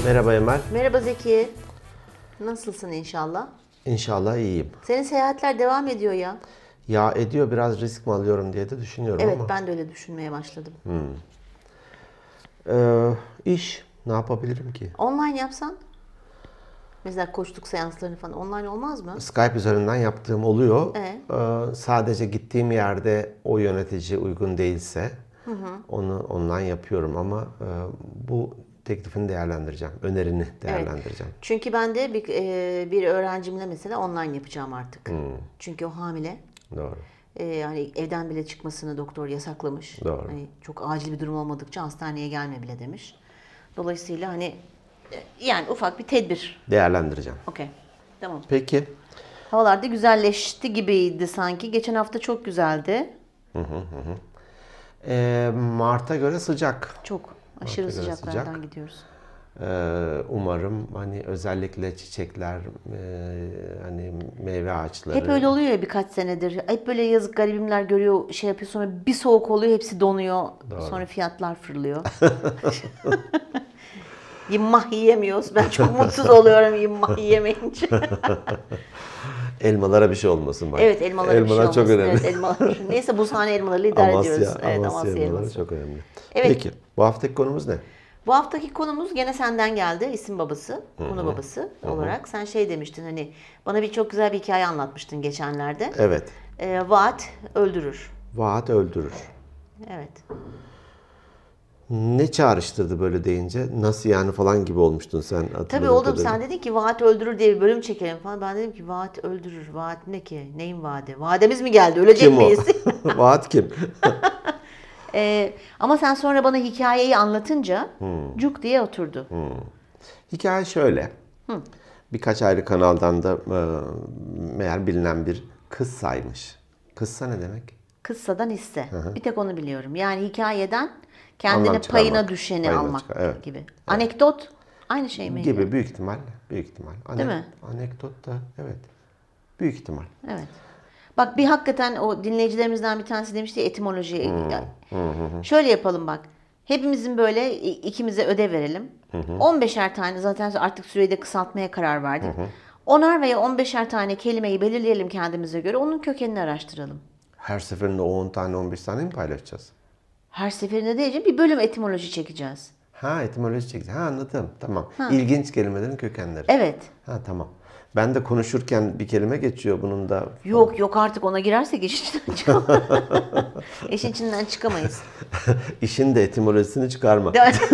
Merhaba Emel. Merhaba Zeki. Nasılsın inşallah? İnşallah iyiyim. Senin seyahatler devam ediyor ya. Ya ediyor, biraz risk mi alıyorum diye de düşünüyorum Evet, ama. ben de öyle düşünmeye başladım. İş ne yapabilirim ki? Online yapsan? Mesela koçluk seanslarını falan online olmaz mı? Skype üzerinden yaptığım oluyor. Evet. Sadece gittiğim yerde o yönetici uygun değilse onu online yapıyorum ama bu teklifini değerlendireceğim. Önerini değerlendireceğim. Çünkü ben de bir öğrencimle mesela online yapacağım artık. Çünkü o hamile. Doğru. Hani evden bile çıkmasını doktor yasaklamış. Doğru. Hani çok acil bir durum olmadıkça hastaneye gelme bile demiş. Dolayısıyla hani yani ufak bir tedbir. Değerlendireceğim. Okey. Tamam. Peki. Havalar da güzelleşti gibiydi sanki. Geçen hafta çok güzeldi. Mart'a göre sıcak. Çok aşırı Mart'a göre sıcaklardan sıcak. gidiyoruz. Umarım hani özellikle çiçekler, hani meyve ağaçları. Hep öyle oluyor ya birkaç senedir. Hep böyle yazık garibimler görüyor, şey yapıyor, sonra bir soğuk oluyor, hepsi donuyor. Sonra fiyatlar fırlıyor. Yimmah yiyemiyoruz. Ben çok mutsuz oluyorum yimmah yiyemeyince. Elmalara bir şey olmasın bak. Evet, elmalara bir şey Elmalar olmasın. çok önemli. Evet, elmalar. Neyse bu sahne elmalarıyla idare ediyoruz. Evet, Amasya elmaları elması. çok önemli. Evet. Peki, bu haftaki konumuz ne? Bu haftaki konumuz gene senden geldi. İsim babası, konu babası olarak. Sen şey demiştin, hani bana çok güzel bir hikaye anlatmıştın geçenlerde. Evet, Vaat öldürür. vaat öldürür. Evet. Ne çağrıştırdı böyle deyince? Nasıl yani falan gibi olmuştun sen, hatırladığım Tabii oğlum, kadarıyla. sen dedin ki vaat öldürür diye bir bölüm çekelim falan. Ben dedim ki vaat öldürür. Vaat ne ki? Neyin vaadi? Vademiz mi geldi? Ölecek Kim o? miyiz? Vaat kim? Ama sen sonra bana hikayeyi anlatınca cuk diye oturdu. Hikaye şöyle. Birkaç ayrı kanaldan da meğer bilinen bir kıssaymış. Kıssa ne demek? Kıssadan hisse. Bir tek onu biliyorum. Yani hikayeden kendine Anlam çıkarmak, payına düşeni payına almak çıkar, evet. gibi. Anekdot aynı şey mi? Gibi büyük ihtimal. Büyük ihtimal. Değil mi? Anekdot da evet. Büyük ihtimal. Evet. Bak bir hakikaten o dinleyicilerimizden bir tanesi demişti ya, etimoloji. Şöyle yapalım bak. Hepimizin böyle ikimize ödev verelim. 15'er tane, zaten artık süreyi de kısaltmaya karar verdik. 10'ar veya 15'er tane kelimeyi belirleyelim kendimize göre. Onun kökenini araştıralım. Her seferinde o 10 tane 15 tane mi paylaşacağız? Her seferinde değil, bir bölüm etimoloji çekeceğiz. Ha, etimoloji çekeceğiz. Ha, anladım. Tamam. İlginç kelimelerin kökenleri. Evet. Ha, tamam. Ben de konuşurken bir kelime geçiyor bunun da. Yok artık ona girersek işin içinden çıkamayız. İşin içinden çıkamayız. İşin de etimolojisini çıkarma.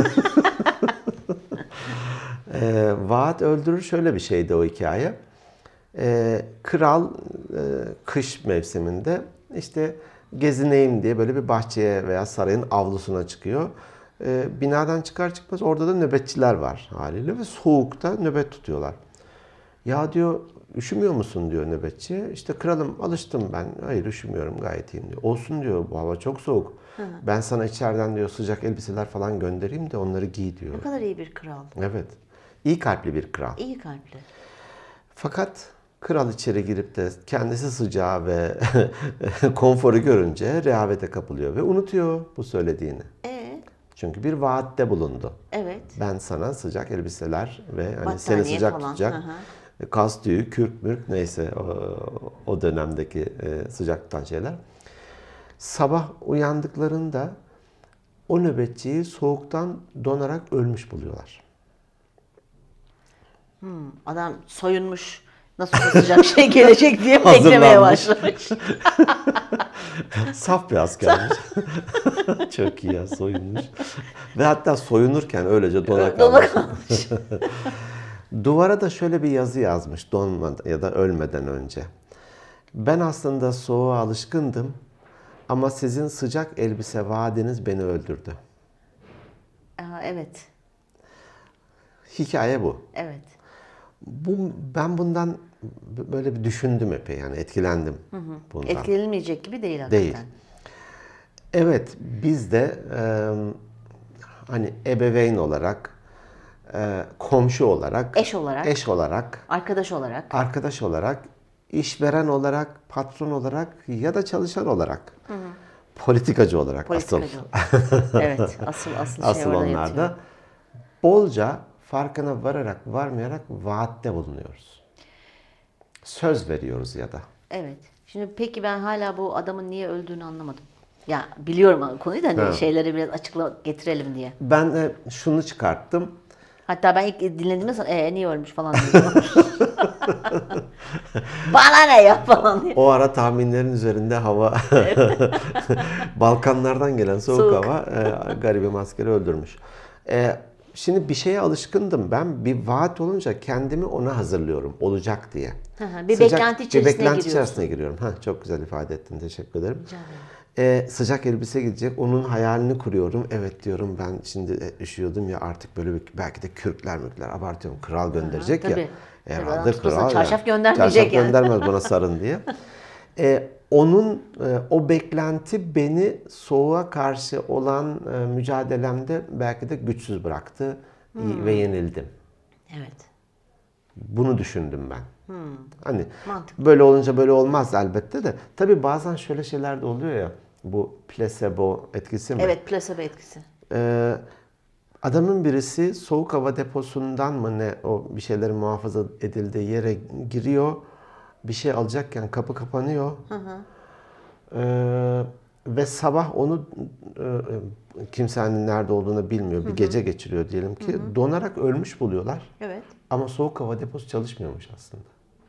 Vaat öldürür şöyle bir şeydi o hikaye. Kral kış mevsiminde işte gezineyim diye böyle bir bahçeye veya sarayın avlusuna çıkıyor. Binadan çıkar çıkmaz orada da nöbetçiler var haliyle ve soğukta nöbet tutuyorlar. Ya diyor, üşümüyor musun diyor nöbetçi. İşte kralım, alıştım ben. Hayır, üşümüyorum, gayet iyiyim diyor. Olsun diyor, bu hava çok soğuk. Ben sana içeriden diyor sıcak elbiseler falan göndereyim de onları giy diyor. Ne kadar iyi bir kral. Evet. İyi kalpli bir kral. İyi kalpli. Fakat kral içeri girip de kendisi sıcağı ve konforu görünce rehavete kapılıyor ve unutuyor bu söylediğini. Çünkü bir vaatte bulundu. Evet. Ben sana sıcak elbiseler ve hani Battaniye seni sıcak falan. tutacak kas tüyü, kürk mürk neyse o dönemdeki sıcak tutan şeyler. Sabah uyandıklarında o nöbetçiyi soğuktan donarak ölmüş buluyorlar. Adam soyunmuş. Nasıl sıcak şey gelecek diye beklemeye başlamış. Saf bir askermiş. Çok iyi ya, soyunmuş. Ve hatta soyunurken öylece dona kalmış. Duvara da şöyle bir yazı yazmış donmadan ya da ölmeden önce. Ben aslında soğuğa alışkındım ama sizin sıcak elbise vaadiniz beni öldürdü. Evet. Hikaye bu. Evet. Ben bundan böyle bir düşündüm epey, yani etkilendim bundan. Etkilenilmeyecek gibi değil hakikaten. Değil. Evet, biz de hani ebeveyn olarak, komşu olarak, eş olarak, arkadaş olarak, işveren olarak, patron olarak ya da çalışan olarak, politikacı olarak politikacı. Evet, asıl şey asıl orada onlarda yatıyor. bolca farkına vararak varmayarak vaatte bulunuyoruz. Söz veriyoruz ya da. Evet. Şimdi peki ben hala bu adamın niye öldüğünü anlamadım. Ya biliyorum konuyu da hani Ha. şeyleri biraz açıkla getirelim diye. Ben de şunu çıkarttım. Hatta ben ilk dinlediğimde sana niye ölmüş falan diyordum. Bana ne ya falan diye. O ara tahminlerin üzerinde hava Balkanlardan gelen soğuk hava garibim askeri öldürmüş. Şimdi bir şeye alışkındım ben. Bir vaat olunca kendimi ona hazırlıyorum. Olacak diye. Bir beklenti içerisine bir beklenti giriyorsun. içerisine giriyorum. Çok güzel ifade ettin. Teşekkür ederim. Rica ederim. Sıcak elbise gidecek. Onun hayalini kuruyorum. Evet diyorum ben şimdi üşüyordum ya artık böyle belki de kürkler abartıyorum. Kral gönderecek ya. Tabii. Herhalde Tutursa kral. çarşaf göndermeyecek Çarşaf yani. göndermez bana sarın diye. Onun o beklenti beni soğuğa karşı olan mücadelemde belki de güçsüz bıraktı ve yenildim. Evet. Bunu düşündüm ben. Hani Mantıklı. böyle olunca böyle olmaz elbette de. Tabii bazen şöyle şeyler de oluyor ya. Bu plasebo etkisi mi? Evet, plasebo etkisi. Adamın birisi soğuk hava deposundan mı ne o bir şeylerin muhafaza edildiği yere giriyor. Bir şey alacakken kapı kapanıyor. Ve sabah onu kimsenin nerede olduğunu bilmiyor. Bir gece geçiriyor diyelim ki. Donarak ölmüş buluyorlar. Evet. Ama soğuk hava deposu çalışmıyormuş aslında.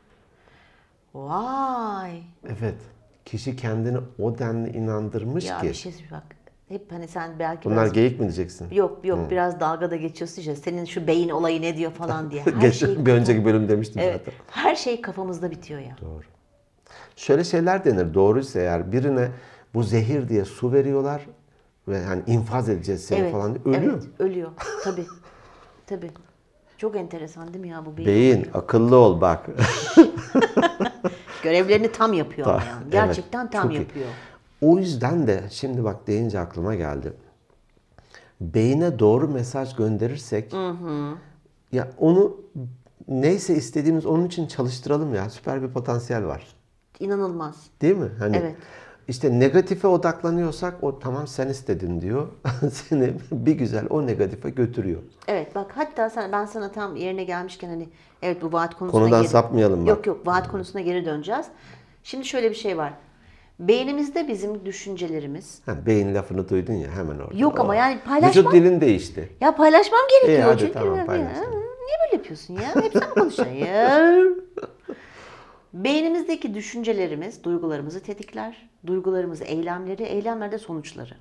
Vay. Evet. Kişi kendini o denli inandırmış Ya ki. bir şey bak. Hep hani sen belki Bunlar biraz... geyik mi diyeceksin? Yok biraz dalgada geçiyorsun işte. Senin şu beyin olayı ne diyor falan diye. Her şey Bir önceki bölüm demiştim evet, zaten. her şey kafamızda bitiyor ya. Doğru. Şöyle şeyler denir. Doğruysa eğer birine bu zehir diye su veriyorlar ve hani infaz edeceğiz seni falan diye ölüyor. Evet, ölüyor. Tabii. Tabii. Çok enteresan değil mi ya bu beyin? Beyin akıllı ol bak. Görevlerini tam yapıyor ama yani. Gerçekten Evet, tam çok iyi. yapıyor. O yüzden de şimdi bak deyince aklıma geldi. Beyine doğru mesaj gönderirsek ya onu neyse istediğimiz onun için çalıştıralım ya. Süper bir potansiyel var. İnanılmaz. Değil mi? Hani Evet. işte negatife odaklanıyorsak o tamam sen istedin diyor. Seni bir güzel o negatife götürüyor. Evet bak hatta ben sana tam yerine gelmişken hani evet bu vaat konusuna Konudan sapmayalım bak. Yok vaat konusuna geri döneceğiz. Şimdi şöyle bir şey var. Beynimizde bizim düşüncelerimiz Beyin lafını duydun ya hemen orada. yok ama yani Vücut paylaşmam. dilin değişti. Ya paylaşmam gerekiyor hadi çünkü. tamam, Ya, paylaşalım. niye böyle yapıyorsun ya? Hep sen konuşuyorsun ya. Beynimizdeki düşüncelerimiz duygularımızı tetikler. Duygularımız eylemleri, eylemler de sonuçları.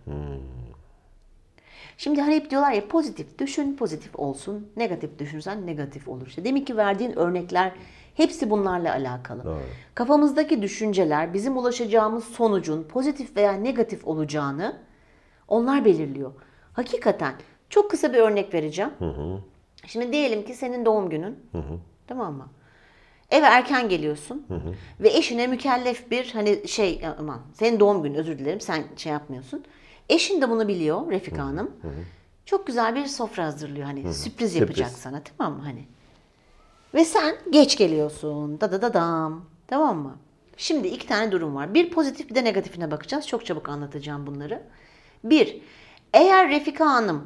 Şimdi hani hep diyorlar ya pozitif düşün, pozitif olsun. Negatif düşünürsen negatif olur. İşte demin ki verdiğin örnekler hepsi bunlarla alakalı. Doğru. Kafamızdaki düşünceler bizim ulaşacağımız sonucun pozitif veya negatif olacağını onlar belirliyor. Hakikaten çok kısa bir örnek vereceğim. Şimdi diyelim ki senin doğum günün. Tamam mı? Eve erken geliyorsun ve eşine mükellef bir hani senin doğum günün özür dilerim sen şey yapmıyorsun. Eşin de bunu biliyor Refika Hanım. Çok güzel bir sofra hazırlıyor hani sürpriz yapacak sana tamam mı hani. Ve sen geç geliyorsun dam tamam mı? Şimdi iki tane durum var. Bir pozitif bir de negatifine bakacağız. Çok çabuk anlatacağım bunları. Bir, eğer Refika Hanım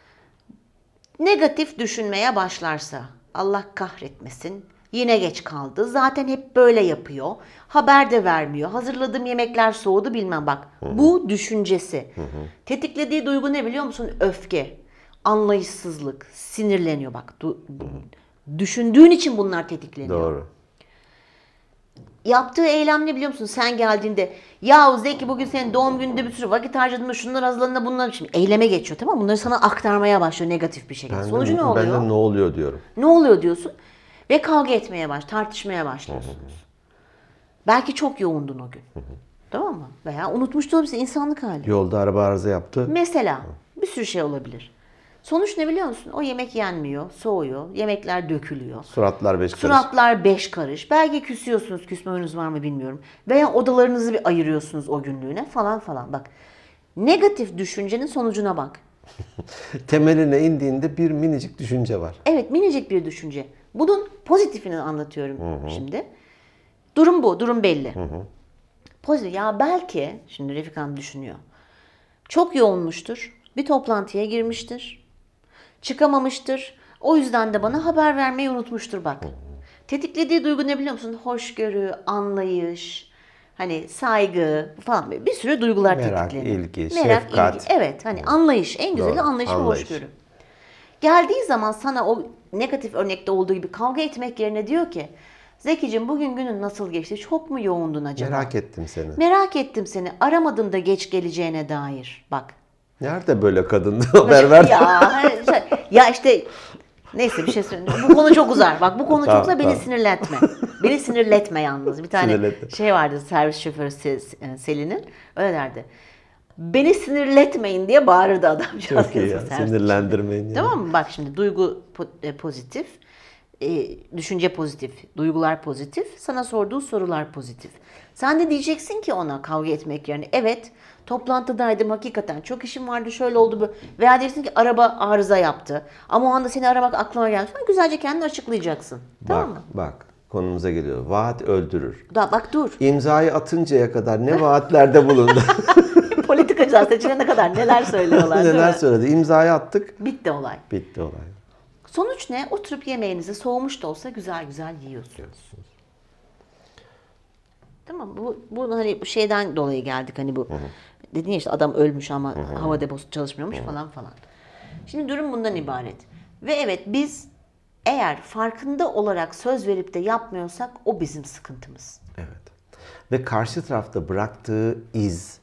negatif düşünmeye başlarsa Allah kahretmesin. Yine geç kaldı. Zaten hep böyle yapıyor. Haber de vermiyor. Hazırladığım yemekler soğudu bilmem bak. Bu düşüncesi. Tetiklediği duygu ne biliyor musun? Öfke, anlayışsızlık, sinirleniyor bak. Düşündüğün için bunlar tetikleniyor. Doğru. Yaptığı eylem ne biliyor musun? Sen geldiğinde ya Zeki bugün senin doğum gününde bir sürü vakit harcadın mı? Şunlar hazırladın bunlar. Şimdi eyleme geçiyor tamam mı? Bunları sana aktarmaya başlıyor negatif bir şekilde. Sonucu ne oluyor? Ben de ne oluyor diyorum. Ne oluyor diyorsun? Ve kavga etmeye tartışmaya başlıyorsunuz. Belki çok yoğundun o gün. Tamam mı? Veya unutmuş da olabilirsin. İnsanlık hali. Yolda araba arıza yaptı. Mesela bir sürü şey olabilir. Sonuç ne biliyor musun? O yemek yenmiyor, soğuyor, yemekler dökülüyor. Suratlar beş karış. Suratlar beş karış. Belki küsüyorsunuz, küsme huyunuz var mı bilmiyorum. Veya odalarınızı bir ayırıyorsunuz o günlüğüne falan falan. Bak, negatif düşüncenin sonucuna bak. Temeline indiğinde bir minicik düşünce var. Evet, minicik bir düşünce. Bunun pozitifini anlatıyorum şimdi. Durum bu, durum belli. Pozitif, ya belki, şimdi Refika Hanım düşünüyor. Çok yoğunmuştur, bir toplantıya girmiştir. Çıkamamıştır. O yüzden de bana haber vermeyi unutmuştur bak. Tetiklediği duygu ne biliyor musun? Hoşgörü, anlayış, hani saygı falan bir sürü duygular Merak, tetikleniyor. ilgi, şefkat. Evet, hani anlayış, en güzeli Doğru, anlayış ve anlayış. hoşgörü. Geldiği zaman sana o negatif örnekte olduğu gibi kavga etmek yerine diyor ki Zekicim bugün günün nasıl geçti? Çok mu yoğundun acaba? Merak ettim seni. Merak ettim seni. Aramadın da geç geleceğine dair. Bak. Nerede böyle kadındı haber ver. Ya işte neyse bir şey söyleyeyim. Bu konu çok uzar. Bak bu konu Tamam, çoksa beni tamam. sinirletme. Beni sinirletme yalnız. Bir tane Sinirletme. şey vardı servis şoförü Selin'in. Öyle derdi. Beni sinirletmeyin diye bağırırdı adam. Çok iyi ya. Sinirlendirmeyin. Yani. Tamam mı? Bak şimdi duygu pozitif, düşünce pozitif, duygular pozitif, sana sorduğu sorular pozitif. Sen de diyeceksin ki ona kavga etmek yerine evet toplantıdaydım hakikaten çok işim vardı şöyle oldu bu. Veya dersin ki araba arıza yaptı ama o anda seni aramak aklıma geldi. Sen güzelce kendini açıklayacaksın. Tamam mı? Bak konumuza geliyor. Vaat öldürür. Bak dur. İmzayı atıncaya kadar ne vaatlerde bulundu. Politikacılar seçilene kadar neler söylüyorlar değil Neler mi? söyledi. İmzayı attık. Bitti olay. Bitti olay. Sonuç ne? Oturup yemeğinizi soğumuş da olsa güzel güzel yiyorsunuz. Tamam bu hani bu şeyden dolayı geldik hani bu. Dedin ya işte adam ölmüş ama hava deposu çalışmıyormuş falan falan. Şimdi durum bundan ibaret. Ve evet biz eğer farkında olarak söz verip de yapmıyorsak o bizim sıkıntımız. Evet. Ve karşı tarafta bıraktığı iz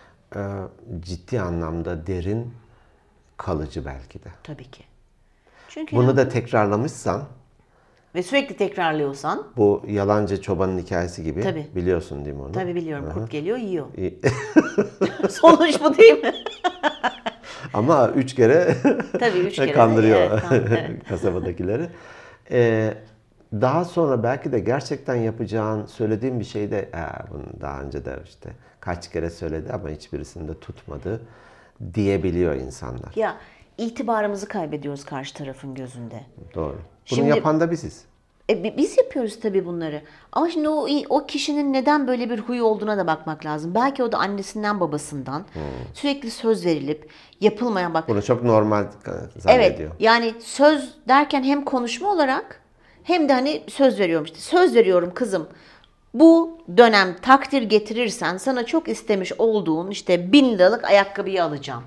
ciddi anlamda derin, kalıcı belki de. Tabii ki. Çünkü Bunu da tekrarlamışsan, ve sürekli tekrarlıyorsan bu yalancı çobanın hikayesi gibi Tabii. biliyorsun değil mi onu? tabii biliyorum kurt geliyor yiyor. İyi. Sonuç bu değil mi? Ama 3 kere, Tabii 3 kere de, kandırıyor evet. kasabadakileri. Daha sonra belki de gerçekten yapacağın, söylediğin bir şeyde bunu daha önce de işte kaç kere söyledi ama hiçbirisinde tutmadı diyebiliyor insanlar. Ya itibarımızı kaybediyoruz karşı tarafın gözünde. Doğru. Bunu Şimdi- yapan da biziz. Biz yapıyoruz tabii bunları. Ama şimdi o kişinin neden böyle bir huyu olduğuna da bakmak lazım. Belki o da annesinden babasından sürekli söz verilip yapılmayan bak. Bunu çok normal Evet zannediyor. yani söz derken hem konuşma olarak hem de hani söz veriyorum işte. Söz veriyorum kızım. Bu dönem takdir getirirsen sana çok istemiş olduğun işte 1000 liralık ayakkabıyı alacağım.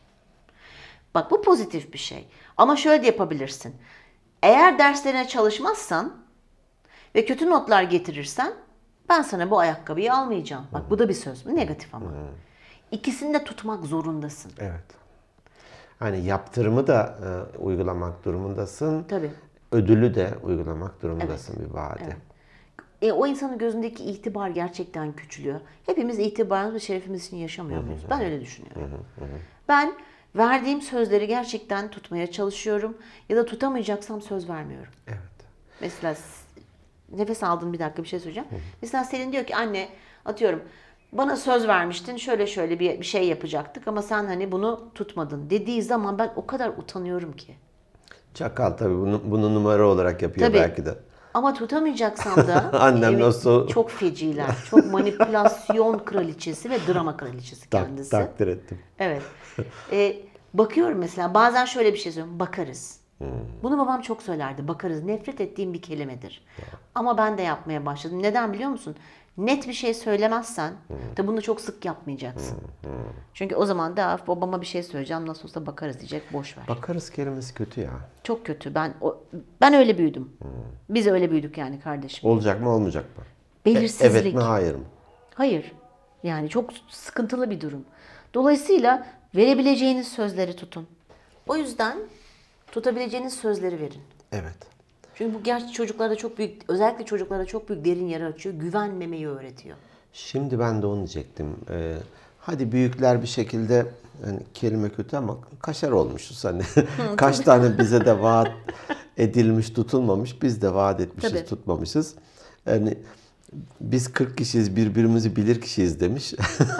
Bak bu pozitif bir şey. Ama şöyle de yapabilirsin. Eğer derslerine çalışmazsan ve kötü notlar getirirsen ben sana bu ayakkabıyı almayacağım. Bak bu da bir söz. Negatif ama. İkisini de tutmak zorundasın. Evet. Hani yaptırımı da uygulamak durumundasın. Tabii. Ödülü de uygulamak durumundasın bir vaade. O insanın gözündeki itibar gerçekten küçülüyor. Hepimiz itibarımız ve şerefimiz için yaşamıyor muyuz? Ben öyle düşünüyorum. Ben verdiğim sözleri gerçekten tutmaya çalışıyorum. Ya da tutamayacaksam söz vermiyorum. Evet. Mesela nefes aldın bir dakika bir şey söyleyeceğim. Mesela Selin diyor ki anne atıyorum bana söz vermiştin şöyle şöyle bir şey yapacaktık ama sen hani bunu tutmadın dediği zaman ben o kadar utanıyorum ki. Çakal tabii bunu numara olarak yapıyor Tabii. belki de. Ama tutamayacaksam da Annem evet, nasıl- çok feciler. Çok manipülasyon kraliçesi ve drama kraliçesi kendisi. Takdir ettim. Evet. Bakıyorum mesela bazen şöyle bir şey söylüyorum. Bakarız. Bunu babam çok söylerdi. Bakarız. Nefret ettiğim bir kelimedir. Ama ben de yapmaya başladım. Neden biliyor musun? Net bir şey söylemezsen de bunu çok sık yapmayacaksın. Çünkü o zaman da babama bir şey söyleyeceğim. Nasıl olsa bakarız diyecek. Boş ver. Bakarız kelimesi kötü ya. Çok kötü. Ben öyle büyüdüm. Biz öyle büyüdük yani kardeşim. Olacak mı olmayacak mı? Belirsizlik. Evet mi hayır mı? Hayır. Yani çok sıkıntılı bir durum. Dolayısıyla verebileceğiniz sözleri tutun. O yüzden tutabileceğiniz sözleri verin. Evet. Çünkü bu gerçi çocuklarda çok büyük, özellikle çocuklarda çok büyük derin yara açıyor. Güvenmemeyi öğretiyor. Şimdi ben de onu diyecektim. Hadi büyükler bir şekilde hani kelime kötü ama kaşar olmuşuz hani. Kaç tane bize de vaat edilmiş, tutulmamış. Biz de vaat etmişiz, Tabii. tutmamışız. Yani biz 40 kişiyiz, birbirimizi bilir kişiyiz demiş.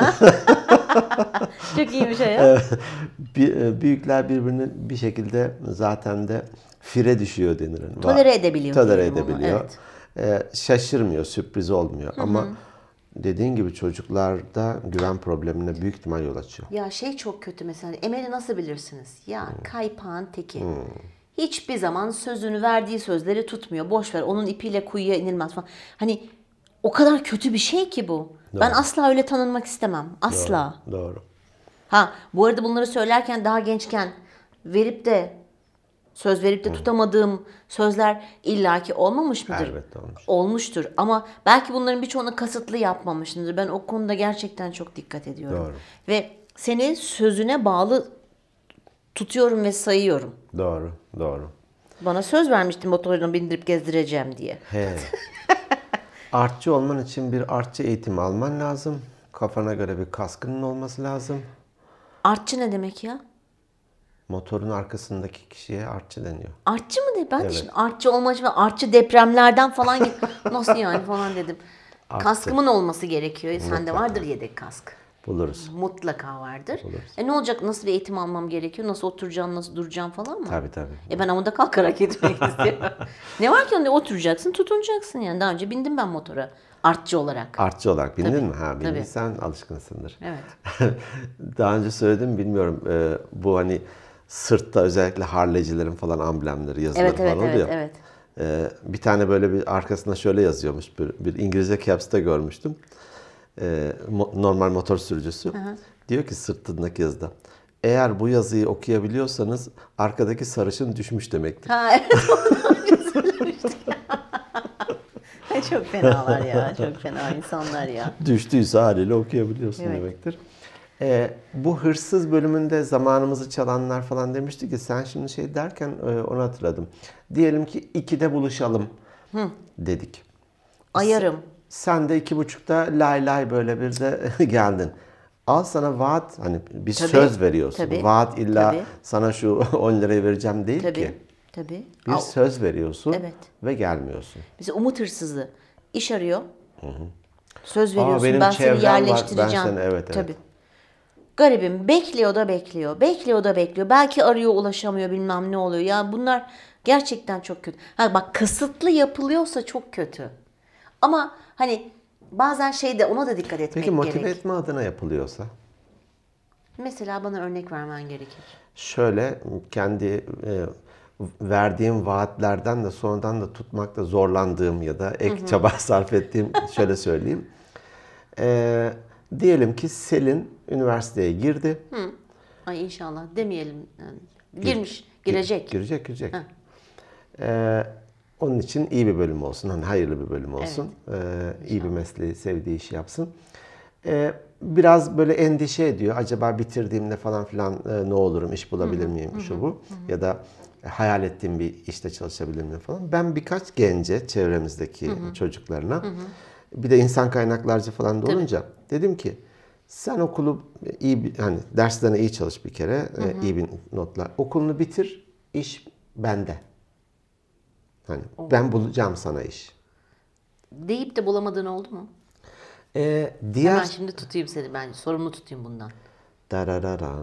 Çok iyi bir şey ya. Büyükler birbirini bir şekilde zaten de fire düşüyor denir. Yani. Tolere edebiliyor Tolere diyelim onu, edebiliyor. Şaşırmıyor, sürpriz olmuyor. Ama dediğin gibi çocuklarda güven problemine büyük ihtimal yol açıyor. Ya şey çok kötü mesela. Emel'i nasıl bilirsiniz? Ya kaypağın teki. hiçbir zaman sözünü verdiği sözleri tutmuyor. Boş ver, onun ipiyle kuyuya inilmez falan. Hani o kadar kötü bir şey ki bu. Ben asla öyle tanınmak istemem. Asla. Doğru. Ha, bu arada bunları söylerken daha gençken söz verip de tutamadığım sözler illaki olmamış mıdır? Elbette olmuş. Olmuştur ama belki bunların birçoğunu kasıtlı yapmamışımdır. Ben o konuda gerçekten çok dikkat ediyorum. Doğru. Ve seni sözüne bağlı tutuyorum ve sayıyorum. Doğru. Doğru. Bana söz vermiştin motorunu bindirip gezdireceğim diye. He. Artçı olman için bir artçı eğitimi alman lazım. Kafana göre bir kaskının olması lazım. Artçı ne demek ya? Motorun arkasındaki kişiye artçı deniyor. Artçı mı de? Ben de şimdi artçı olmacı ve artçı depremlerden falan nasıl yani falan dedim. Kaskımın olması gerekiyor. Sende vardır yedek kask. Buluruz. Mutlaka vardır. Buluruz. Ne olacak? Nasıl bir eğitim almam gerekiyor? Nasıl oturacağım, nasıl duracağım falan mı? Tabii. Ben onda kalkarak gitmek istiyorum. Ne var ki onda oturacaksın, tutunacaksın yani. Daha önce bindim ben motora. Artçı olarak. Artçı olarak bindin Tabii, mi? Ha, tabii. bindiysen alışkınsındır. Evet. Daha önce söyledim bilmiyorum. Bu hani sırtta özellikle harlecilerin falan amblemleri, yazıları Evet, falan oluyor. evet. Bir tane böyle bir arkasında şöyle yazıyormuş. Bir İngilizce caps'te görmüştüm. Normal motor sürücüsü. Diyor ki sırtındaki yazıda. Eğer bu yazıyı okuyabiliyorsanız arkadaki sarışın düşmüş demektir. Ha evet, onu önce söylemiştik. Ay, çok fenalar ya. Çok fena insanlar ya. Düştüyse haliyle okuyabiliyorsun Evet. demektir. Bu hırsız bölümünde zamanımızı çalanlar falan demişti ki sen şimdi şey derken onu hatırladım. Diyelim ki 2'de buluşalım dedik. Ayarım. Sen de 2.30'da lay lay böyle bir de geldin. Al sana vaat, hani bir Tabii, söz veriyorsun. tabii, Vaat illa tabii. sana şu 10 lirayı vereceğim değil ki. Tabii. Bir söz veriyorsun Evet. ve gelmiyorsun. Mesela umut hırsızı. İş arıyor. Söz veriyorsun. benim Ben seni çevrem var, yerleştireceğim. ben seni- evet. Tabii. Garibim bekliyor da bekliyor. Bekliyor da bekliyor. Belki arıyor ulaşamıyor bilmem ne oluyor. Ya bunlar gerçekten çok kötü. Ha bak, kasıtlı yapılıyorsa çok kötü. Ama hani bazen ona da dikkat etmek Peki motive gerek. etme adına yapılıyorsa? Mesela bana örnek vermen gerekir. Şöyle kendi verdiğim vaatlerden de sonradan da tutmakta zorlandığım ya da ek çaba sarf ettiğim şöyle söyleyeyim. Diyelim ki Selin üniversiteye girdi. Ay inşallah demeyelim. Yani girecek. Girecek. Onun için iyi bir bölüm olsun. Hani hayırlı bir bölüm olsun. İyi bir mesleği, sevdiği işi yapsın. Biraz böyle endişe ediyor. Acaba bitirdiğimde falan filan ne olurum, iş bulabilir miyim, şu bu. Ya da hayal ettiğim bir işte çalışabilir miyim falan. Ben birkaç gence, çevremizdeki çocuklarına, bir de insan kaynaklarcı falan da olunca dedim ki sen okulu hani derslerine iyi çalış bir kere, iyi bir notla. Okulunu bitir, iş bende. Hani ben bulacağım sana iş. Deyip de bulamadığın oldu mu? Diğer Ben şimdi tutayım seni, ben sorumlu tutayım bundan. darararan.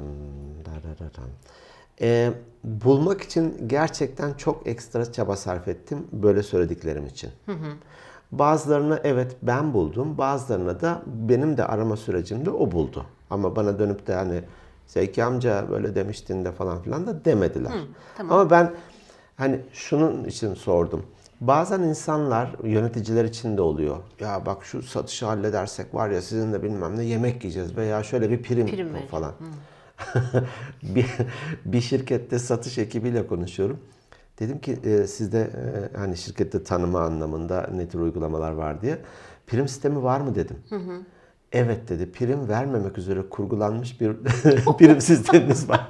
Bulmak için gerçekten çok ekstra çaba sarf ettim böyle söylediklerim için. Bazılarını evet ben buldum, bazılarına da benim de arama sürecimde o buldu. Ama bana dönüp de hani Zeki amca böyle demiştin de falan filan da demediler. Tamam. Ama ben hani şunun için sordum. Bazen insanlar yöneticiler için de oluyor. Ya bak şu satışı halledersek var ya sizinle bilmem ne yemek yiyeceğiz veya şöyle bir prim ver. falan. bir şirkette satış ekibiyle konuşuyorum. Dedim ki sizde hani şirkette tanıma anlamında ne tür uygulamalar var diye. Prim sistemi var mı dedim. Evet dedi. Prim vermemek üzere kurgulanmış bir prim sistemimiz var.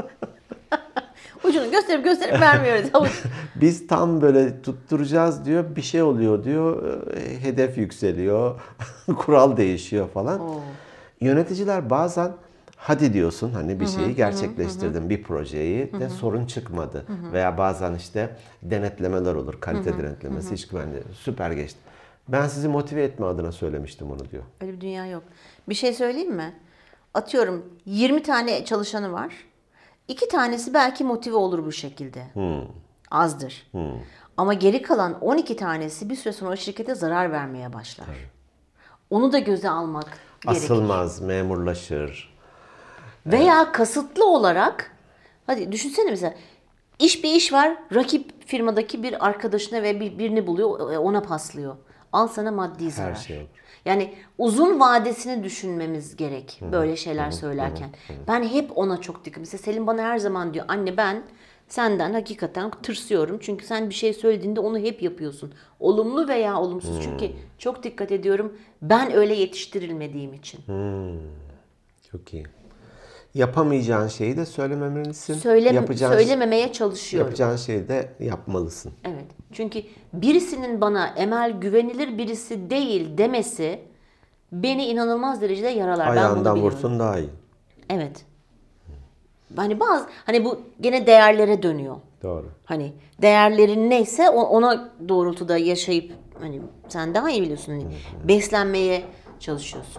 Ucunu gösterip vermiyoruz. Biz tam böyle tutturacağız diyor. Bir şey oluyor diyor. Hedef yükseliyor. Kural değişiyor falan. Yöneticiler bazen hadi diyorsun hani bir şeyi gerçekleştirdim, bir projeyi de sorun çıkmadı. Veya bazen işte denetlemeler olur, kalite denetlemesi, iş güvenliği, süper geçti. Ben sizi motive etme adına söylemiştim onu diyor. Öyle bir dünya yok. Bir şey söyleyeyim mi? Atıyorum 20 tane çalışanı var. 2 tanesi belki motive olur bu şekilde. Azdır. Ama geri kalan 12 tanesi bir süre sonra o şirkete zarar vermeye başlar. Onu da göze almak gerekir. Asılmaz, memurlaşır. Veya kasıtlı olarak, hadi düşünsene mesela bir iş var. Rakip firmadaki bir arkadaşına ve birini buluyor, ona paslıyor. Al sana maddi zarar. Her şey olur. Yani uzun vadesini düşünmemiz gerek böyle şeyler söylerken. Ben hep ona çok dikkat. Mesela Selim bana her zaman diyor, anne ben senden hakikaten tırsıyorum. Çünkü sen bir şey söylediğinde onu hep yapıyorsun. Olumlu veya olumsuz. Çünkü çok dikkat ediyorum. Ben öyle yetiştirilmediğim için. Çok iyi. Yapamayacağın şeyi de söylememelisin. Söylememeye çalışıyorum. Yapacağın şeyi de yapmalısın. Evet. Çünkü birisinin bana Emel güvenilir birisi değil demesi beni inanılmaz derecede yaralar. Ben bunu Ayağından biliyorum. vursun daha iyi. Evet. Hani bu gene değerlere dönüyor. Doğru. Hani değerlerin neyse ona doğrultuda yaşayıp hani sen daha iyi biliyorsun hani beslenmeye çalışıyorsun.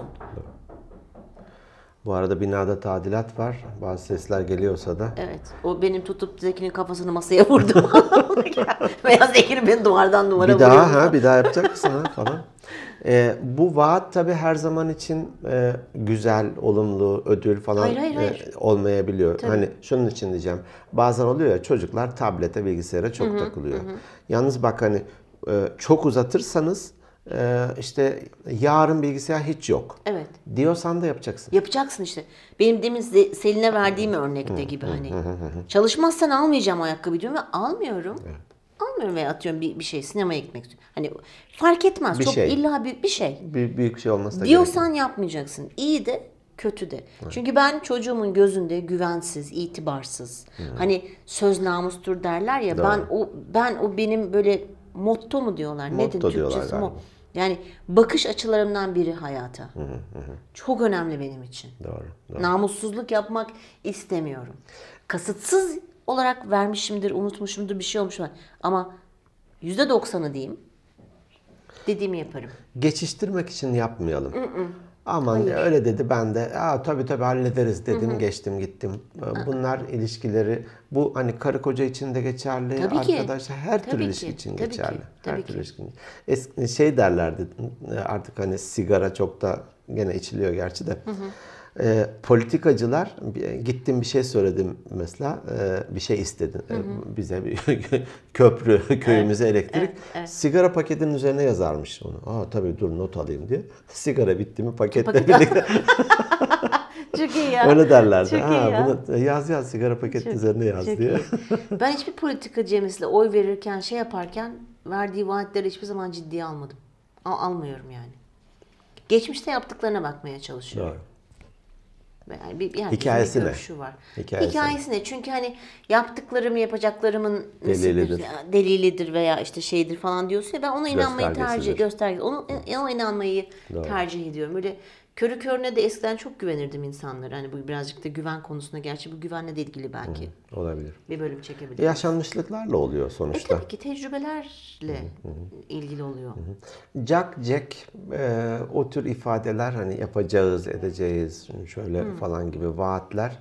Bu arada binada tadilat var. Bazı sesler geliyorsa da. Evet. O benim tutup Zeki'nin kafasını masaya vurdum. Veya Zeki beni duvardan duvara vuruyor. Bir daha yapacak mısın ha falan. Bu vaat tabii her zaman için güzel, olumlu, ödül falan Hayır. olmayabiliyor. Tabii. Hani şunun için diyeceğim. Bazen oluyor ya, çocuklar tablete, bilgisayara çok takılıyor. Yalnız bak hani çok uzatırsanız işte yarın bilgisayar hiç yok. Evet. Diyorsan da yapacaksın. Yapacaksın işte. Benim demin Selin'e verdiğim örnekte gibi hani. Çalışmazsan almayacağım ayakkabı diyorum ve almıyorum. Evet. Almıyorum veya atıyorum bir şey sinemaya gitmek istiyorum. Hani fark etmez. Bir Çok şey. illa büyük bir şey. Büyük şey olması da Diyorsan yapmayacaksın. İyi de kötü de. Çünkü ben çocuğumun gözünde güvensiz, itibarsız. Hani söz namustur derler ya. Doğru. Ben o benim böyle motto mu diyorlar? Motto Nedir diyorlar Türkçesi galiba. o? Yani bakış açılarımdan biri hayata. Çok önemli benim için. Doğru. Namussuzluk yapmak istemiyorum. Kasıtsız olarak vermişimdir, unutmuşumdur, bir şey olmuş var. Ama %90'ı diyeyim. Dediğimi yaparım. Geçiştirmek için yapmayalım. Aman öyle dedi, ben de tabii hallederiz dedim, geçtim gittim. Bunlar ilişkileri, bu hani karı koca için de geçerli, Tabii ki. arkadaşlar her Tabii türlü ki. ilişki için Tabii geçerli. ki. Her Tabii türlü ki. ilişki. Şey derlerdi artık, hani sigara çok da gene içiliyor gerçi de. Politikacılar, gittim bir şey söyledim mesela, bir şey istedin. Bize bir köprü, köyümüze elektrik. Evet. Sigara paketinin üzerine yazarmış onu. Tabii dur not alayım diye. Sigara bitti mi paketle birlikte. Çok iyi ya. Öyle derlerdi. Çok iyi ya. Bunu yaz sigara paketinin üzerine yaz Çok diye. iyi. Ben hiçbir politikacıya mesela oy verirken şey yaparken verdiği vaatleri hiçbir zaman ciddiye almadım. Almıyorum yani. Geçmişte yaptıklarına bakmaya çalışıyorum. Doğru. Yani bir Hikayesi ne? görüşü var. Hikayesi Hikayesi ne? Çünkü hani yapacaklarımın Delilidir. delilidir veya işte şeydir falan diyorsun ya, ben ona inanmayı Göstergesidir. ona inanmayı tercih ediyorum. Böyle körü körüne de eskiden çok güvenirdim insanlara. Hani bu birazcık da güven konusuna, gerçi bu güvenle de ilgili belki. Olabilir. Bir bölüm çekebiliriz. Yaşanmışlıklarla oluyor sonuçta. Tabii ki tecrübelerle ilgili oluyor. Jack o tür ifadeler, hani yapacağız, edeceğiz, şöyle falan gibi vaatler,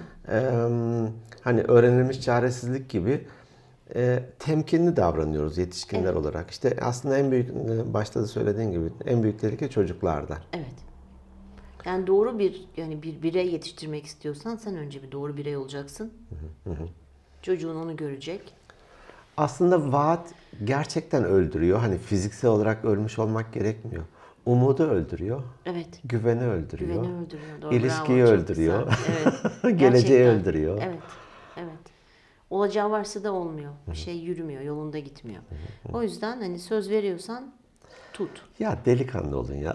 hani öğrenilmiş çaresizlik gibi temkinli davranıyoruz yetişkinler olarak. İşte aslında en büyük, başta da söylediğin gibi, en büyük tehlike çocuklarda. Evet. Yani doğru bir birey yetiştirmek istiyorsan sen önce bir doğru birey olacaksın. Çocuğun onu görecek. Aslında vaat gerçekten öldürüyor. Hani fiziksel olarak ölmüş olmak gerekmiyor. Umudu öldürüyor. Evet. Güveni öldürüyor. Güveni öldürüyor. Doğru, İlişkiyi bravo, çok öldürüyor. güzel. Evet. Geleceği Gerçekten. öldürüyor. Evet. Olacağı varsa da olmuyor. Bir şey yürümüyor, yolunda gitmiyor. O yüzden hani söz veriyorsan tut. Ya delikanlı olun ya.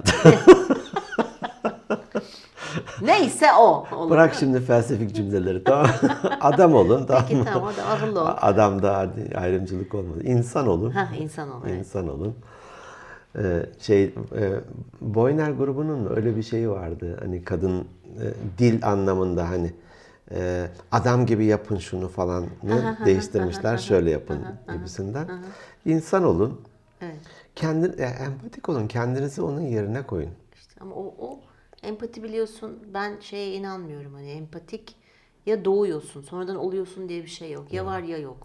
Neyse o. Olur. Bırak şimdi felsefik cümleleri, tamam. Adam olun, tamam mı? Peki tamam, hadi akıllı ol. Adamda ayrımcılık olmaz. İnsan olun. İnsan ol. Evet. İnsan olun. Boyner grubunun öyle bir şeyi vardı. Hani kadın dil anlamında, hani adam gibi yapın şunu falan değiştirmişler. Şöyle yapın gibisinden. İnsan olun. Evet. Empatik olun. Kendinizi onun yerine koyun. İşte ama o empati, biliyorsun, ben şeye inanmıyorum. Hani empatik ya doğuyorsun sonradan oluyorsun diye bir şey yok. Ya var ya yok.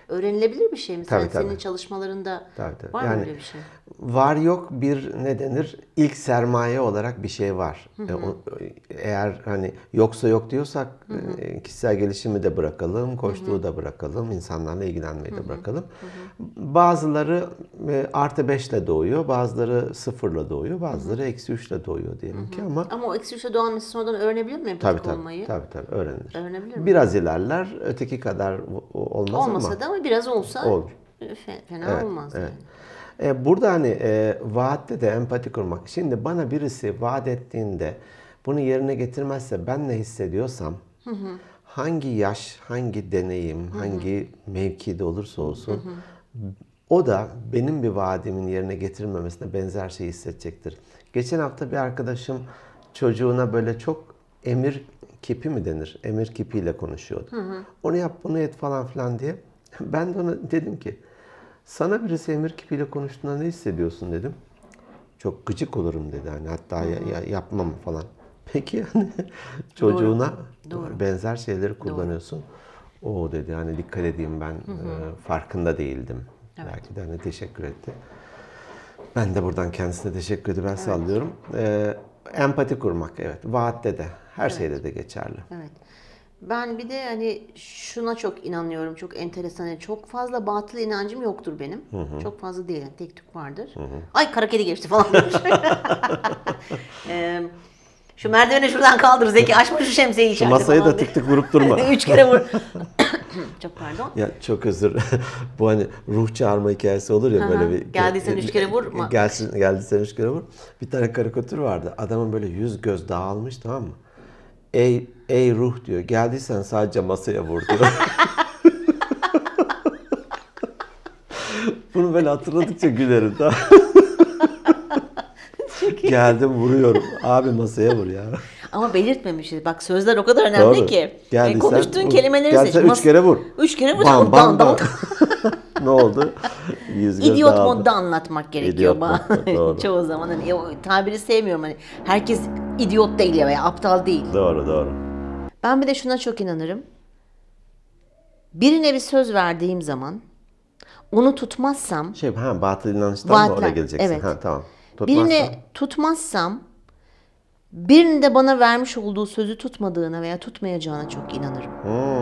öğrenilebilir bir şey mi? Tabii, Senin tabii. çalışmalarında Tabii. var mı Yani öyle bir şey? var yok bir ne denir? İlk sermaye olarak bir şey var. Eğer hani yoksa yok diyorsak kişisel gelişimi de bırakalım, koçluğu da bırakalım, insanlarla ilgilenmeyi de bırakalım. Bazıları +5 ile doğuyor, bazıları 0 ile doğuyor, bazıları -3 ile doğuyor diyelim ki ama Ama o eksi doğan mesela sonradan öğrenebilir mi empatik olmayı? tabii öğrenilir. Öğrenebilir mi? Biraz ilerler, öteki kadar olmaz Olmasa ama da ama biraz olsa olur. fena olmaz yani. Burada hani vaatte de empati kurmak. Şimdi bana birisi vaat ettiğinde bunu yerine getirmezse ben ne hissediyorsam hangi yaş, hangi deneyim, hangi mevkide olursa olsun o da benim bir vaadimin yerine getirilmemesine benzer şeyi hissedecektir. Geçen hafta bir arkadaşım çocuğuna böyle çok emir kipi mi denir? Emir kipiyle konuşuyordu. Onu yap, bunu et falan filan diye. Ben de ona dedim ki sana birisi emir kipiyle konuştuğunda ne hissediyorsun dedim. Çok gıcık olurum dedi. Hani hatta yapmam falan. Peki yani çocuğuna benzer şeyleri kullanıyorsun. O dedi hani dikkat edeyim ben farkında değildim. Belki de hani teşekkür etti. Ben de buradan kendisine teşekkür edip ben sallıyorum. Empati kurmak evet. Vaatte de her şeyde de geçerli. Evet. Ben bir de hani şuna çok inanıyorum. Çok enteresan. Yani çok fazla batıl inancım yoktur benim. Çok fazla değil. Yani tek tük vardır. Ay kara kedi geçti falan demiş. Şu merdiveni şuradan kaldır Zeki. Açma şu şemsiyeyi içeride Masayı falan da diye. tık tık vurup durma. 3 kere vur. Çok pardon. Ya çok özür. Bu hani ruh çağırma hikayesi olur ya böyle bir. Geldiysen 3 kere vur. Geldiysen 3 kere vur. Bir tane karikatür vardı. Adamın böyle yüz göz dağılmış tamam mı? Ey ruh diyor. Geldiysen sadece masaya vur diyor. Bunu böyle hatırladıkça gülerim tamam. Geldim vuruyorum. Abi masaya vur ya. Ama belirtmemişiz. Bak sözler o kadar önemli Doğru. ki. Geldiysen Konuştuğun vur. kelimeleri Geldiysen seç. 3 kere vur. 3 kere vur. Bam bam bam. Dan. Ne oldu? Yüz göz İdiot dağıldı. modda anlatmak gerekiyor. İdiot modda, doğru. Çoğu zaman hani o tabiri sevmiyorum hani. Herkes idiot değil ya veya aptal değil. Doğru. Ben bir de şuna çok inanırım. Birine bir söz verdiğim zaman onu tutmazsam Batıl inançtan mı oraya vaatler, geleceksin? evet. Tamam. Birini tutmazsam birinin de bana vermiş olduğu sözü tutmadığına veya tutmayacağına çok inanırım.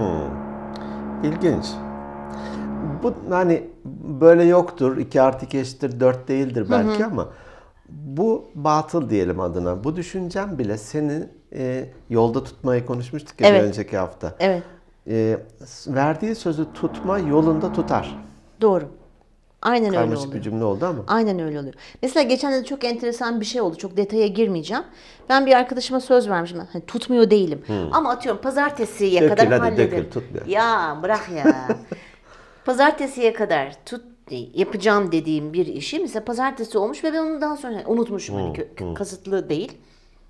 İlginç. Bu hani böyle yoktur. 2+2=4 değildir belki ama bu batıl diyelim adına. Bu düşüncem bile seni yolda tutmayı konuşmuştuk ya bir önceki hafta. Evet. Verdiği sözü tutma yolunda tutar. Doğru. Aynen öyle Karmaşık oluyor. bir cümle oldu ama. Aynen öyle oluyor. Mesela geçen de çok enteresan bir şey oldu. Çok detaya girmeyeceğim. Ben bir arkadaşıma söz vermişim. Hani tutmuyor değilim. Ama atıyorum pazartesiye Dökül, kadar hadi, hallederim. dökül, tutmuyor. Ya bırak ya. Pazartesiye kadar yapacağım dediğim bir işi mesela pazartesi olmuş ve ben onu daha sonra unutmuşum. Hani kasıtlı değil.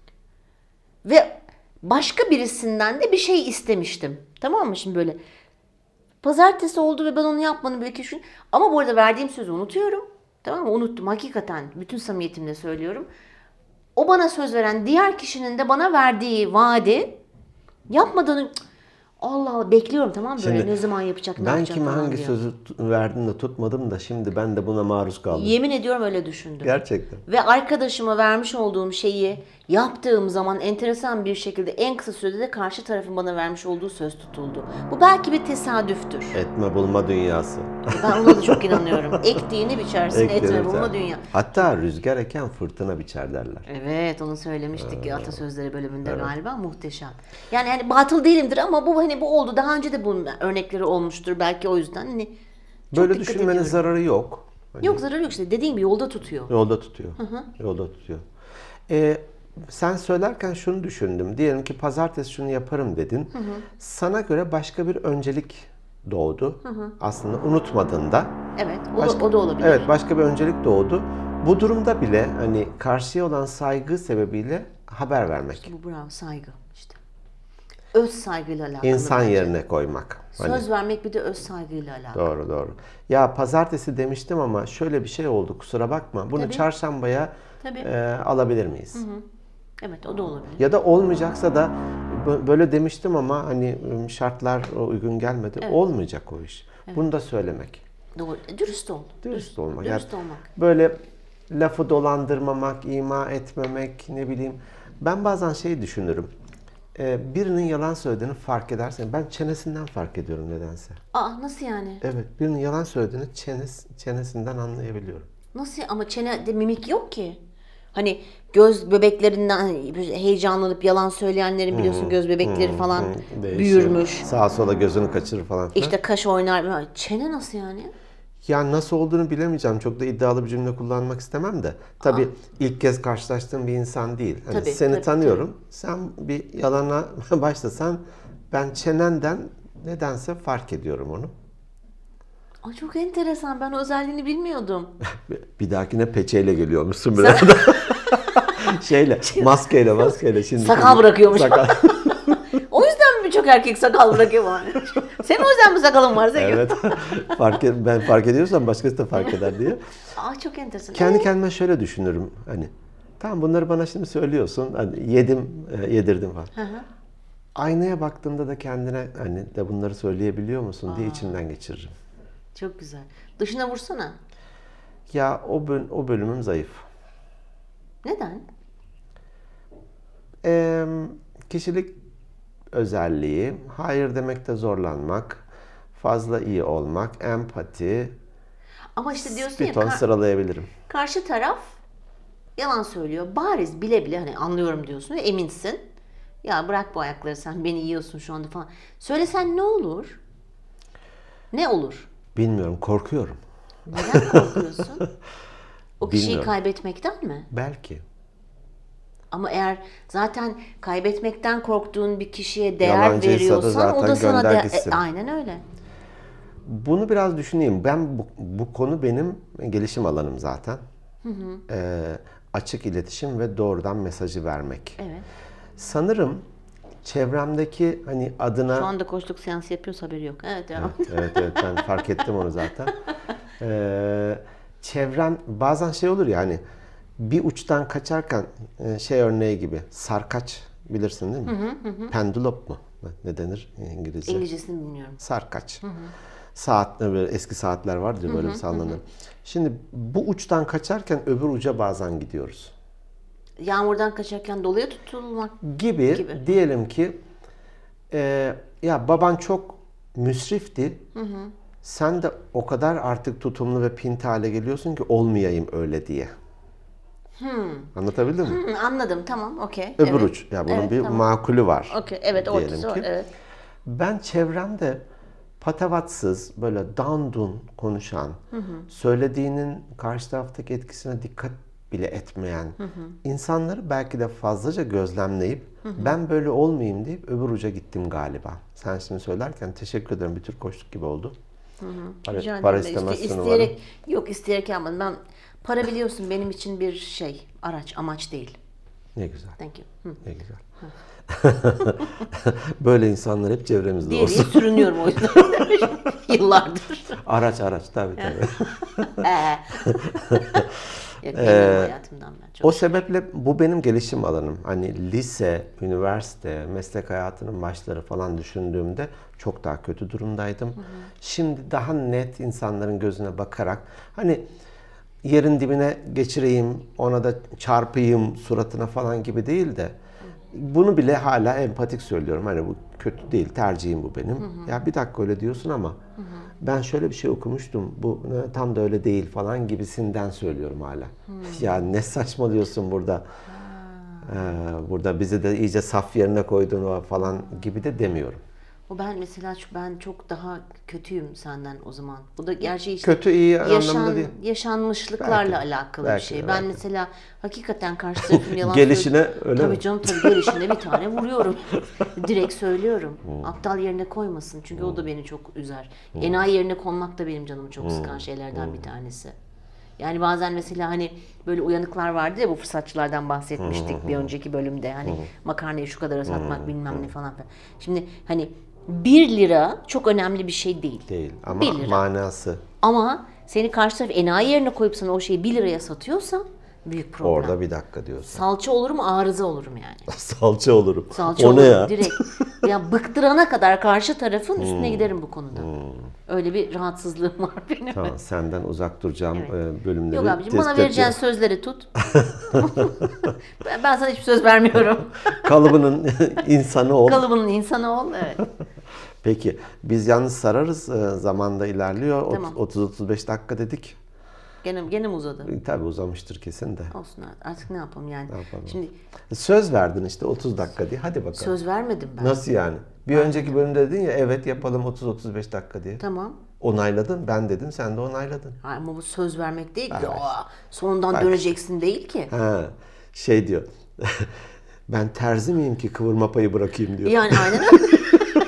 Ve başka birisinden de bir şey istemiştim. Tamam mı? Şimdi böyle pazartesi oldu ve ben onu yapmadım bir iki gün. Ama bu arada verdiğim sözü unutuyorum. Tamam mı? Unuttum. Hakikaten bütün samimiyetimle söylüyorum. O bana söz veren diğer kişinin de bana verdiği vaadi yapmadan Allah Allah bekliyorum tamam mı? Böyle Şimdi ne zaman yapacak ne ben yapacak kime falan hangi diyor. sözü verdim de tutmadım da şimdi ben de buna maruz kaldım. Yemin ediyorum öyle düşündüm. Gerçekten. Ve arkadaşıma vermiş olduğum şeyi yaptığım zaman enteresan bir şekilde en kısa sürede de karşı tarafın bana vermiş olduğu söz tutuldu. Bu belki bir tesadüftür. Etme bulma dünyası. Ben ona da çok inanıyorum. Ektiğini biçersin, etme bulma dünya. Hatta rüzgar eken fırtına biçer derler. Evet, onu söylemiştik ya atasözleri bölümünde galiba. Muhteşem. Yani hani batıl değilimdir ama bu hani bu oldu. Daha önce de bunun örnekleri olmuştur. Belki o yüzden hani çok Böyle dikkat düşünmenin ediyorum. zararı yok. Yok zararı yok işte. Dediğim gibi yolda tutuyor. Yolda tutuyor. Yolda tutuyor. Sen söylerken şunu düşündüm. Diyelim ki pazartesi şunu yaparım dedin. Sana göre başka bir öncelik doğdu. Aslında unutmadığında. Evet, o da olabilir. Evet, başka bir öncelik doğdu. Bu durumda bile hani karşıya olan saygı sebebiyle haber vermek. Bu bravo, saygı işte. Öz saygıyla alakalı. İnsan bence. yerine koymak. Söz vermek bir de öz saygıyla alakalı. Doğru. Ya pazartesi demiştim ama şöyle bir şey oldu kusura bakma. Bunu Tabii. çarşambaya Tabii. alabilir miyiz? Evet, o da olabilir. Ya da olmayacaksa da böyle demiştim ama hani şartlar uygun gelmedi. Olmayacak o iş. Bunu da söylemek. Doğru. Dürüst ol. Dürüst olmak. Dürüst Yani olmak. böyle lafı dolandırmamak, ima etmemek, ne bileyim. Ben bazen şey düşünürüm. Birinin yalan söylediğini fark edersen, ben çenesinden fark ediyorum nedense. Aa, nasıl yani? Evet, birinin yalan söylediğini çenesinden anlayabiliyorum. Nasıl? Ama çenede mimik yok ki. Hani göz bebeklerinden hani heyecanlanıp yalan söyleyenlerin biliyorsun göz bebekleri falan Değişiyor. büyürmüş. Sağa sola gözünü kaçırır falan filan. İşte kaş oynar. Çene nasıl yani? Yani nasıl olduğunu bilemeyeceğim. Çok da iddialı bir cümle kullanmak istemem de. Tabii ilk kez karşılaştığım bir insan değil. Hani Tabii, seni tabii, tanıyorum. Sen bir yalana başlasan ben çenenden nedense fark ediyorum onu. Aa, çok enteresan. Ben o özelliğini bilmiyordum. Bir dahakine peçeyle geliyormuşsun biraz da. Şeyle, maskeyle. Şimdi Sakal bırakıyormuş. Sakal. O yüzden mi birçok erkek sakal bırakıyor bana? Senin o yüzden mi sakalın var? Evet. Ben fark ediyorsam başkası da fark eder diye. Aa, çok enteresan. Kendi kendime şöyle düşünürüm. Hani tamam bunları bana şimdi söylüyorsun. Hani yedirdim falan. Aynaya baktığımda da kendine hani de bunları söyleyebiliyor musun diye içimden geçiririm. Çok güzel. Dışına vursana. Ya o bölümüm zayıf. Neden? Kişilik özelliği, hayır demekte zorlanmak, fazla iyi olmak, empati, Ama işte diyorsun bir ya ton sıralayabilirim. karşı taraf yalan söylüyor. Bariz bile bile hani anlıyorum diyorsun ve eminsin. Ya bırak bu ayakları, sen beni yiyorsun şu anda falan. Söylesen ne olur? Ne olur? Bilmiyorum, korkuyorum. Neden korkuyorsun? O kişiyi Bilmiyorum. kaybetmekten mi? Belki. Ama eğer zaten kaybetmekten korktuğun bir kişiye değer Yalancıysa da veriyorsan zaten o da sana gönder gitsin. aynen öyle. Bunu biraz düşüneyim. Ben bu konu benim gelişim alanım zaten. Açık iletişim ve doğrudan mesajı vermek. Evet. Sanırım çevremdeki hani adına... Şu anda koçluk seansı yapıyorsa haberi yok. Evet, devam. Evet, ben fark ettim onu zaten. Çevrem bazen şey olur ya hani bir uçtan kaçarken şey örneği gibi sarkaç bilirsin değil mi? Pendulop mu? Ne denir İngilizce? İngilizcesini bilmiyorum. Sarkaç. Saat böyle eski saatler vardır ya böyle sallanır. Şimdi bu uçtan kaçarken öbür uca bazen gidiyoruz. Yağmurdan kaçarken doluya tutulmak Gibi. Diyelim ki ya baban çok müsrifti. Sen de o kadar artık tutumlu ve pinti hale geliyorsun ki olmayayım öyle diye. Anlatabildim mi? Anladım, tamam, okey. Öbür Evet. uç. Ya bunun Evet, bir tamam. makulü var. Okey, evet, diyelim ortası var, ki. evet. Ben çevremde patavatsız, böyle dandun konuşan, söylediğinin karşı taraftaki etkisine dikkat bile etmeyen insanları belki de fazlaca gözlemleyip ben böyle olmayayım deyip öbür uca gittim galiba. Sen şimdi söylerken teşekkür ederim. Bir tür koçluk gibi oldu. Rica Para ederim. istemezsin İsteyerek, yok isteyerek yapmadım. Ben para biliyorsun benim için bir şey, araç, amaç değil. Ne güzel. Thank you. Ne güzel. Böyle insanlar hep çevremizde Diye olsun. sürünüyorum o yüzden. Yıllardır. Araç tabii. Yok, benim hayatımdan ben çok. O sebeple bu benim gelişim alanım. Hani lise, üniversite, meslek hayatının başları falan düşündüğümde çok daha kötü durumdaydım. Şimdi daha net insanların gözüne bakarak hani yerin dibine geçireyim, ona da çarpayım suratına falan gibi değil de bunu bile hala empatik söylüyorum. Hani bu kötü değil, tercihim bu benim. Ya bir dakika öyle diyorsun ama ben şöyle bir şey okumuştum, bu tam da öyle değil falan gibisinden söylüyorum hala. Ya ne saçmalıyorsun burada. Burada bizi de iyice saf yerine koydun falan gibi de demiyorum. O ben mesela ben çok daha kötüyüm senden o zaman. Bu da gerçi işte Kötü iyi anlamda değil. yaşanmışlıklarla Belki, alakalı belki, bir şey. Ben belki. mesela hakikaten karşı tarafın yalan Gelişine öyle tabii mi? canım, tabii gelişine bir tane vuruyorum. Direkt söylüyorum. Aptal yerine koymasın. Çünkü o da beni çok üzer. Enayi yerine konmak da benim canımı çok sıkan şeylerden bir tanesi. Yani bazen mesela hani böyle uyanıklar vardı ya, bu fırsatçılardan bahsetmiştik bir önceki bölümde. Hani makarnayı şu kadara satmak bilmem ne falan. Şimdi hani 1 lira çok önemli bir şey değil. Değil ama 1 lira. manası. Ama seni karşı taraf enayi yerine koyup sana o şeyi 1 liraya satıyorsa Büyük problem. Orada bir dakika diyorsun. Salça olurum, arıza olurum yani. Salça olurum. Salça O ne olurum ya? direkt. Ya bıktırana kadar karşı tarafın üstüne giderim bu konuda. Öyle bir rahatsızlığım var benim. Tamam, senden uzak duracağım bölümleri Yok abicim, tespit bana vereceğin ediyorum. sözleri tut. Ben sana hiçbir söz vermiyorum. Kalıbının insanı ol. Kalıbının insanı ol. Evet. Peki biz yalnız sararız. Zamanda ilerliyor. Tamam. 30-35 dakika dedik. Gene mi uzadı? Tabii uzamıştır kesin de. Olsun artık ne yapalım yani. Ne yapalım? Şimdi Söz verdin işte 30 dakika diye. Hadi bakalım. söz vermedim ben. Nasıl yani? Bir önceki bölümde dedin ya evet yapalım 30-35 dakika diye. Tamam. Onayladın. Ben dedim sen de onayladın. Ama bu söz vermek değil. Evet. Ya, sonundan Bak. döneceksin değil ki. Ha, şey diyor. Ben terzi miyim ki kıvırma payı bırakayım diyor. Yani aynen öyle.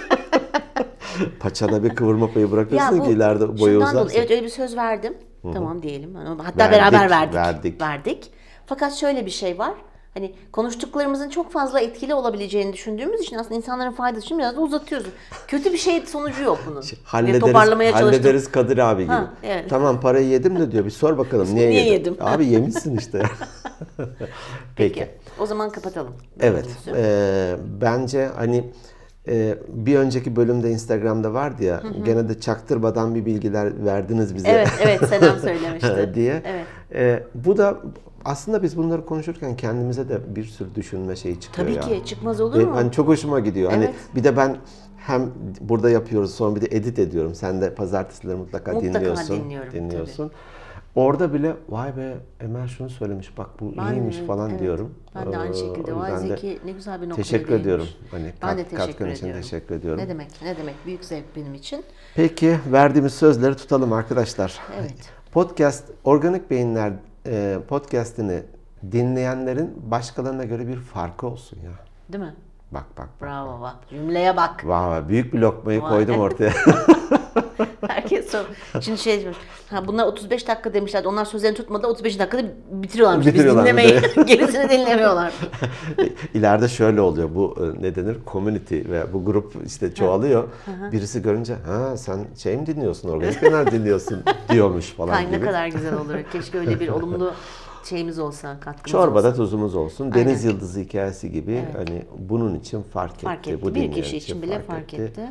Paçana bir kıvırma payı bırakırsın bu ki ileride boyu şundan uzarsın. dolayı, evet öyle bir söz verdim. Tamam diyelim. Hatta Verdik, beraber verdik. verdik. Fakat şöyle bir şey var. Hani konuştuklarımızın çok fazla etkili olabileceğini düşündüğümüz için aslında insanların faydası için biraz da uzatıyoruz. Kötü bir şey sonucu yok bunun. Toparlamaya çalıştım. Hallederiz Kadir abi gibi. Ha, evet. Tamam parayı yedim de diyor bir sor bakalım niye Niye yedin? yedim? Abi yemişsin işte. Peki. O zaman kapatalım. Evet. bölümümüzü. Bence hani bir önceki bölümde Instagram'da vardı ya gene de çaktırmadan bir bilgiler verdiniz bize. Evet Selam söylemişti. diye. Evet. Bu da aslında biz bunları konuşurken kendimize de bir sürü düşünme şeyi çıkıyor Tabii ya. ki çıkmaz olur mu? Hani çok hoşuma gidiyor. Hani Evet. bir de ben hem burada yapıyoruz sonra bir de edit ediyorum. Sen de pazartesileri mutlaka dinliyorsun. Orada bile vay be Emel şunu söylemiş bak bu iyiymiş falan evet. diyorum. Ben de aynı şekilde. O Vay yüzden de Zeki ne güzel bir noktaya teşekkür değinmiş. ediyorum. Hani Ben de teşekkür katkın için ediyorum. teşekkür ediyorum. Ne demek büyük zevk benim için. Peki verdiğimiz sözleri tutalım arkadaşlar. Evet. Podcast Organik Beyinler podcast'ini dinleyenlerin başkalarına göre bir farkı olsun ya. Değil mi? Bak. Bravo bak. Cümleye bak. Vay büyük bir lokmayı Vay. koydum ortaya. Herkes sor. Şimdi şey diyor. Bunlar 35 dakika demişlerdi. Onlar sözlerini tutmadı. 35 dakikada bitiriyorlarmış. Bitiriyorlar Biz bir dinlemeyi. Gerisini dinlemiyorlar. İleride şöyle oluyor. Bu ne denir? Community ve bu grup işte çoğalıyor. Birisi görünce ha sen şey mi dinliyorsun? Organik Beyinler dinliyorsun diyormuş falan Ay, gibi. ne kadar güzel olur. Keşke öyle bir olumlu şeyimiz olsa, katkımız Çorbada olsa. tuzumuz olsun. Aynen. Deniz yıldızı hikayesi gibi hani bunun için fark etti. Fark etti. Bu Bir dinleyen kişi için bile fark etti.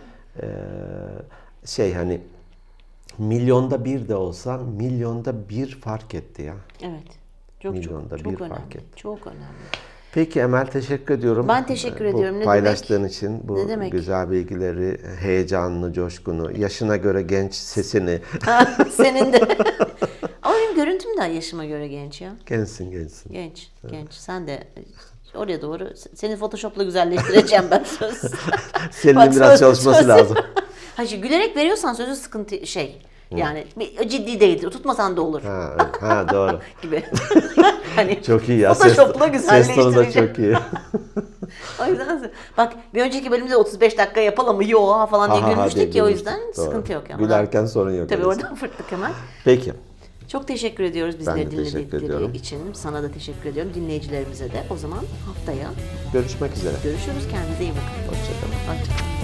Hani milyonda bir de olsa milyonda bir fark etti ya. Evet. Çok Milyonda bir önemli. fark etti. Çok önemli. Peki Emel teşekkür ediyorum. Ben teşekkür ediyorum. Ne paylaştığın demek? için bu Ne demek? güzel bilgileri, heyecanlı, coşkunu, yaşına göre genç sesini. Senin de. Ama benim görüntüm de yaşıma göre genç ya. Gençsin. Genç. Sen de oraya doğru. Seni Photoshop'la güzelleştireceğim ben söz. Senin Bak, biraz çalışması lazım. Hayır, gülerek veriyorsan sözü sıkıntı şey. Yani ciddi değil. Tutmasan da olur. Ha doğru. Gibi. Hani Çok iyi ya. Photoshop'la Ses tonu da güzelleştireceğim. çok iyi. O yüzden bak bir önceki bölümde 35 dakika yapalım mı? Yo falan diye gülmüştük ya, o yüzden Doğru. sıkıntı yok. Yani. Gülerken sorun yok. Tabii öyleyse. oradan fırttık hemen. Peki. Çok teşekkür ediyoruz Ben de bizleri teşekkür ediyorum. dinledikleri için. Sana da teşekkür ediyorum. Dinleyicilerimize de. O zaman haftaya Görüşmek üzere. görüşürüz. Kendinize iyi bakın. Hoşçakalın. Hoşçakalın.